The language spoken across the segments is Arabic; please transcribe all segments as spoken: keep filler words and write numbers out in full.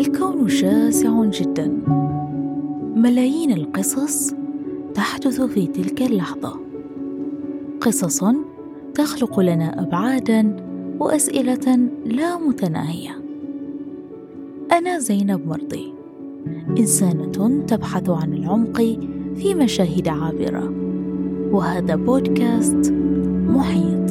الكون شاسع جدا، ملايين القصص تحدث في تلك اللحظة، قصص تخلق لنا أبعادا وأسئلة لا متناهية. أنا زينب مرضي، إنسانة تبحث عن العمق في مشاهد عابرة، وهذا بودكاست محيط.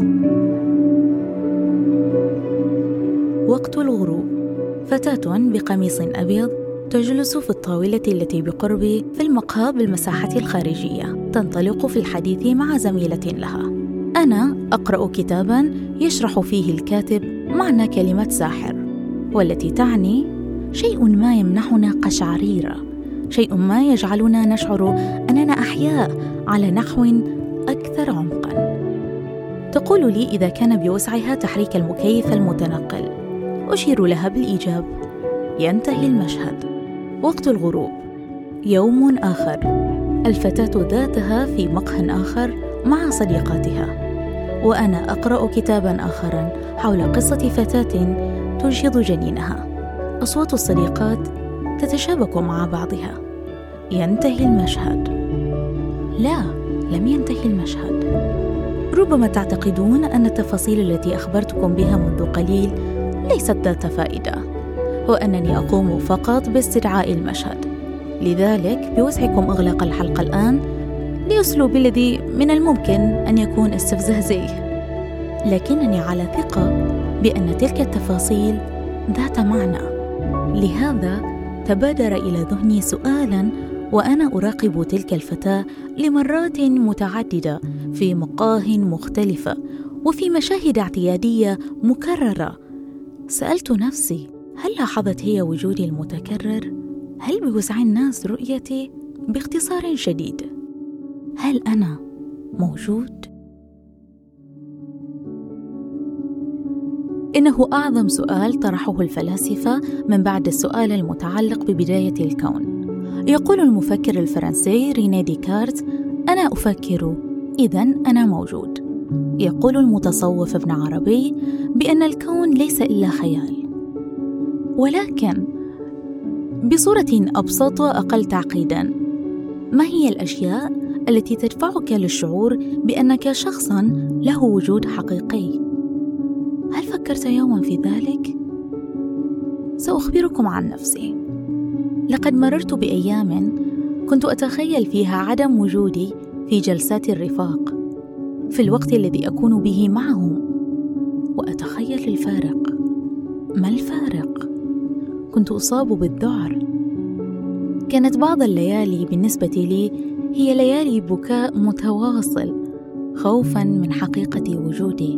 وقت الغروب، فتاة بقميص أبيض تجلس في الطاولة التي بقربي في المقهى بالمساحة الخارجية، تنطلق في الحديث مع زميلة لها. أنا أقرأ كتاباً يشرح فيه الكاتب معنى كلمة ساحر، والتي تعني شيء ما يمنحنا قشعريرة، شيء ما يجعلنا نشعر أننا أحياء على نحو أكثر عمقاً. تقول لي إذا كان بوسعها تحريك المكيف المتنقل، أشير لها بالإيجاب. ينتهي المشهد. وقت الغروب، يوم آخر، الفتاة ذاتها في مقهى آخر مع صديقاتها، وأنا أقرأ كتاباً آخراً حول قصة فتاة تنشط جنينها. أصوات الصديقات تتشابك مع بعضها. ينتهي المشهد. لا، لم ينتهي المشهد. ربما تعتقدون أن التفاصيل التي أخبرتكم بها منذ قليل ليست ذات فائدة، وأنني أقوم فقط باستدعاء المشهد. لذلك بوسعكم إغلاق الحلقة الآن لأسلوب الذي من الممكن أن يكون استفزازي، لكنني على ثقة بأن تلك التفاصيل ذات معنى. لهذا تبادر إلى ذهني سؤالاً وأنا أراقب تلك الفتاة لمرات متعددة في مقاه مختلفة وفي مشاهد اعتيادية مكررة. سألت نفسي، هل لاحظت هي وجودي المتكرر؟ هل بوسع الناس رؤيتي؟ باختصار شديد، هل أنا موجود؟ إنه أعظم سؤال طرحه الفلاسفة من بعد السؤال المتعلق ببداية الكون. يقول المفكر الفرنسي رينيه ديكارت: أنا أفكر، إذن أنا موجود. يقول المتصوف ابن عربي بأن الكون ليس إلا خيال. ولكن بصورة أبسط وأقل تعقيداً، ما هي الأشياء التي تدفعك للشعور بأنك شخصاً له وجود حقيقي؟ هل فكرت يوماً في ذلك؟ سأخبركم عن نفسي. لقد مررت بأيام كنت أتخيل فيها عدم وجودي في جلسات الرفاق، في الوقت الذي أكون به معهم، وأتخيل الفارق. ما الفارق؟ كنت أصاب بالذعر. كانت بعض الليالي بالنسبة لي هي ليالي بكاء متواصل، خوفاً من حقيقة وجودي.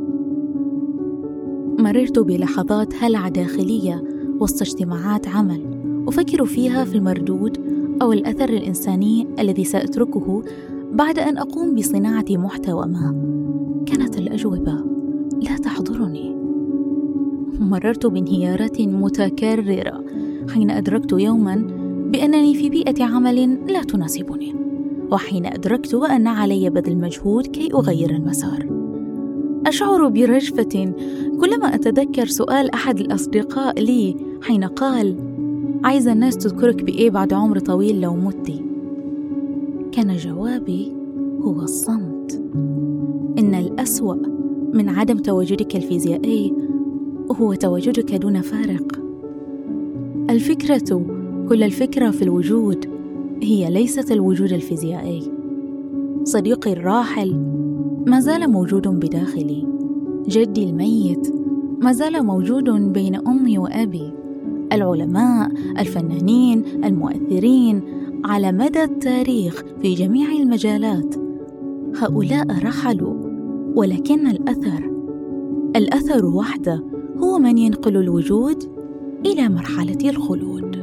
مررت بلحظات هلع داخلية وسط اجتماعات عمل، أفكر فيها في المردود أو الأثر الإنساني الذي سأتركه بعد أن أقوم بصناعة محتوى ما. كانت الأجوبة لا تحضرني. مررت بانهيارات متكررة حين أدركت يوماً بأنني في بيئة عمل لا تناسبني، وحين أدركت أن علي بذل مجهود كي أغير المسار. أشعر برجفة كلما أتذكر سؤال أحد الأصدقاء لي حين قال: عايز الناس تذكرك بإيه بعد عمر طويل لو متي؟ كان جوابي هو الصمت. إن الأسوأ من عدم تواجدك الفيزيائي هو تواجدك دون فارق. الفكرة، كل الفكرة في الوجود هي ليست الوجود الفيزيائي. صديقي الراحل ما زال موجود بداخلي. جدي الميت ما زال موجود بين أمي وأبي. العلماء، الفنانين، المؤثرين على مدى التاريخ في جميع المجالات، هؤلاء رحلوا، ولكن الأثر الأثر وحده هو من ينقل الوجود إلى مرحلة الخلود.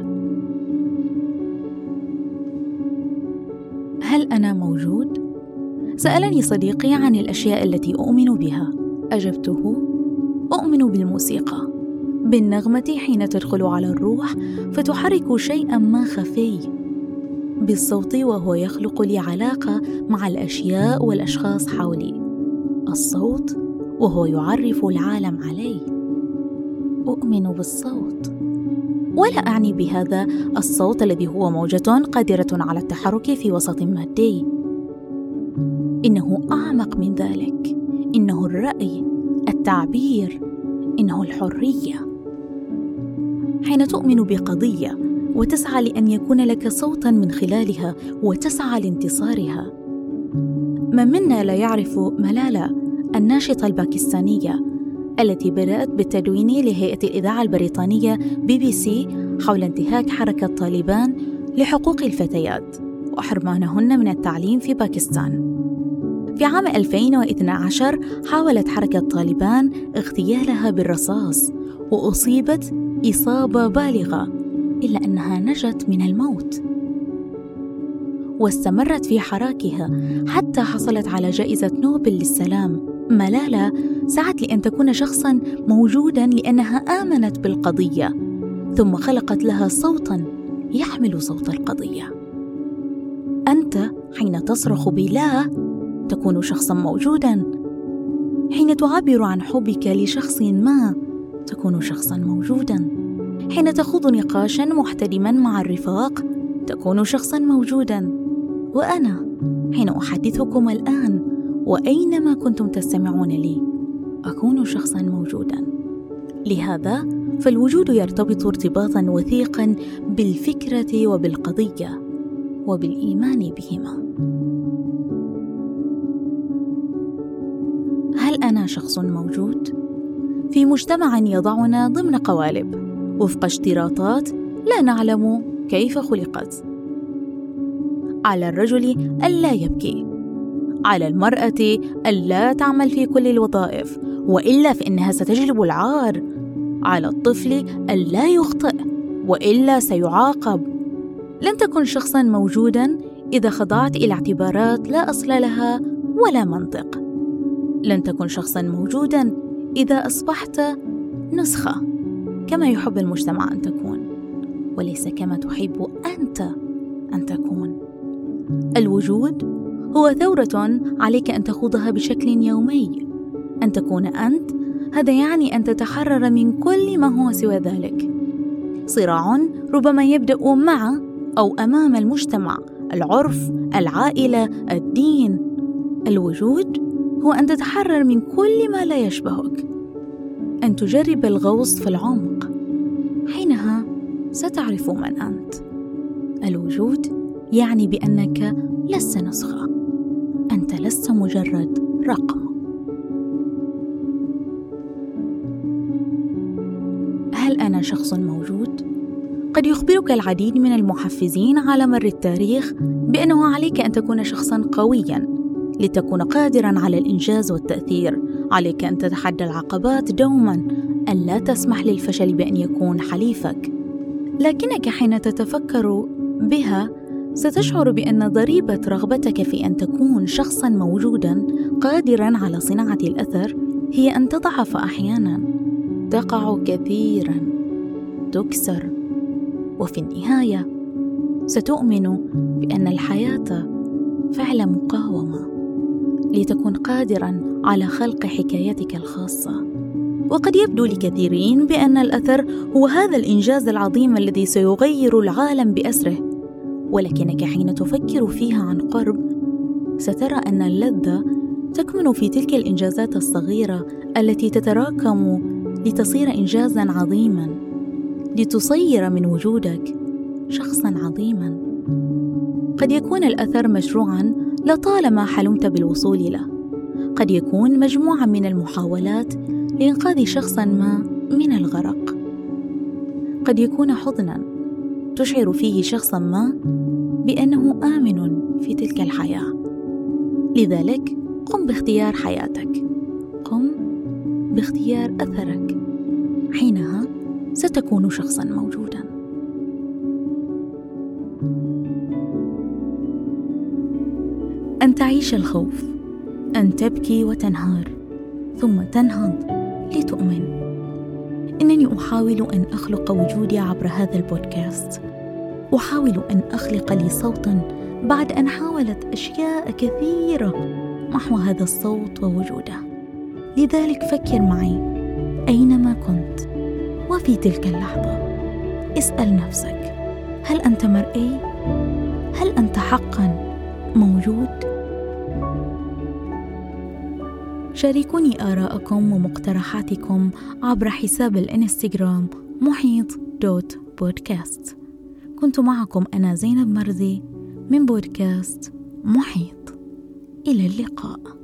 هل أنا موجود؟ سألني صديقي عن الأشياء التي أؤمن بها. أجبته: أؤمن بالموسيقى، بالنغمة حين تدخل على الروح فتحرك شيئاً ما خفي، بالصوت وهو يخلق لي علاقة مع الأشياء والأشخاص حولي، الصوت وهو يعرف العالم علي. أؤمن بالصوت. ولا أعني بهذا الصوت الذي هو موجة قادرة على التحرك في وسط مادي. إنه أعمق من ذلك، إنه الرأي، التعبير، إنه الحرية. حين تؤمن بقضية وتسعى لأن يكون لك صوتاً من خلالها وتسعى لانتصارها. من منا لا يعرف ملالة الناشطة الباكستانية التي بدأت بالتدوين لهيئة الإذاعة البريطانية بي بي سي حول انتهاك حركة طالبان لحقوق الفتيات وحرمانهن من التعليم في باكستان. في عام ألفين واثني عشر حاولت حركة طالبان اغتيالها بالرصاص وأصيبت إصابة بالغة، إلا أنها نجت من الموت واستمرت في حراكها حتى حصلت على جائزة نوبل للسلام. ملالة سعت لأن تكون شخصاً موجوداً لأنها آمنت بالقضية، ثم خلقت لها صوتاً يحمل صوت القضية. أنت حين تصرخ بلا تكون شخصاً موجوداً، حين تعبر عن حبك لشخص ما تكون شخصاً موجوداً، حين تخوض نقاشاً محتدماً مع الرفاق تكون شخصاً موجوداً. وأنا حين أحدثكم الآن وأينما كنتم تستمعون لي أكون شخصاً موجوداً. لهذا فالوجود يرتبط ارتباطاً وثيقاً بالفكرة وبالقضية وبالإيمان بهما. هل أنا شخص موجود؟ في مجتمع يضعنا ضمن قوالب وفق اشتراطات لا نعلم كيف خلقت. على الرجل ألا يبكي، على المرأة ألا تعمل في كل الوظائف وإلا فإنها ستجلب العار، على الطفل ألا يخطئ وإلا سيعاقب. لن تكن شخصاً موجوداً إذا خضعت إلى اعتبارات لا أصل لها ولا منطق. لن تكن شخصاً موجوداً إذا أصبحت نسخة كما يحب المجتمع أن تكون وليس كما تحب أنت أن تكون. الوجود هو ثورة عليك أن تخوضها بشكل يومي. أن تكون أنت هذا يعني أن تتحرر من كل ما هو سوى ذلك. صراع ربما يبدأ مع أو أمام المجتمع، العرف، العائلة، الدين. الوجود هو أن تتحرر من كل ما لا يشبهك، أن تجرب الغوص في العمق، حينها ستعرف من أنت. الوجود يعني بأنك لست نسخة، أنت لست مجرد رقم. هل أنا شخص موجود؟ قد يخبرك العديد من المحفزين على مر التاريخ بأنه عليك أن تكون شخصاً قوياً لتكون قادراً على الإنجاز والتأثير. عليك أن تتحدى العقبات دوماً، أن لا تسمح للفشل بأن يكون حليفك. لكنك حين تتفكر بها ستشعر بأن ضريبة رغبتك في أن تكون شخصاً موجوداً قادراً على صناعة الأثر هي أن تضعف أحياناً، تقع كثيراً، تكسر، وفي النهاية ستؤمن بأن الحياة فعل مقاومة لتكون قادراً على خلق حكايتك الخاصة. وقد يبدو لكثيرين بأن الأثر هو هذا الإنجاز العظيم الذي سيغير العالم بأسره، ولكنك حين تفكر فيها عن قرب سترى أن اللذة تكمن في تلك الإنجازات الصغيرة التي تتراكم لتصير إنجازاً عظيماً، لتصير من وجودك شخصاً عظيماً. قد يكون الأثر مشروعاً لطالما حلمت بالوصول له، قد يكون مجموعة من المحاولات لإنقاذ شخص ما من الغرق، قد يكون حضناً تشعر فيه شخصاً ما بأنه آمن في تلك الحياة. لذلك قم باختيار حياتك، قم باختيار أثرك، حينها ستكون شخصاً موجوداً. أن تعيش الخوف، أن تبكي وتنهار ثم تنهض لتؤمن. إنني أحاول أن أخلق وجودي عبر هذا البودكاست، أحاول أن أخلق لي صوتاً بعد أن حاولت أشياء كثيرة محو هذا الصوت ووجوده. لذلك فكر معي أينما كنت وفي تلك اللحظة، اسأل نفسك: هل أنت مرئي؟ هل أنت حقاً موجود؟ شاركوني آراءكم ومقترحاتكم عبر حساب الإنستغرام محيط دوت بودكاست. كنت معكم أنا زينب مرزي من بودكاست محيط. إلى اللقاء.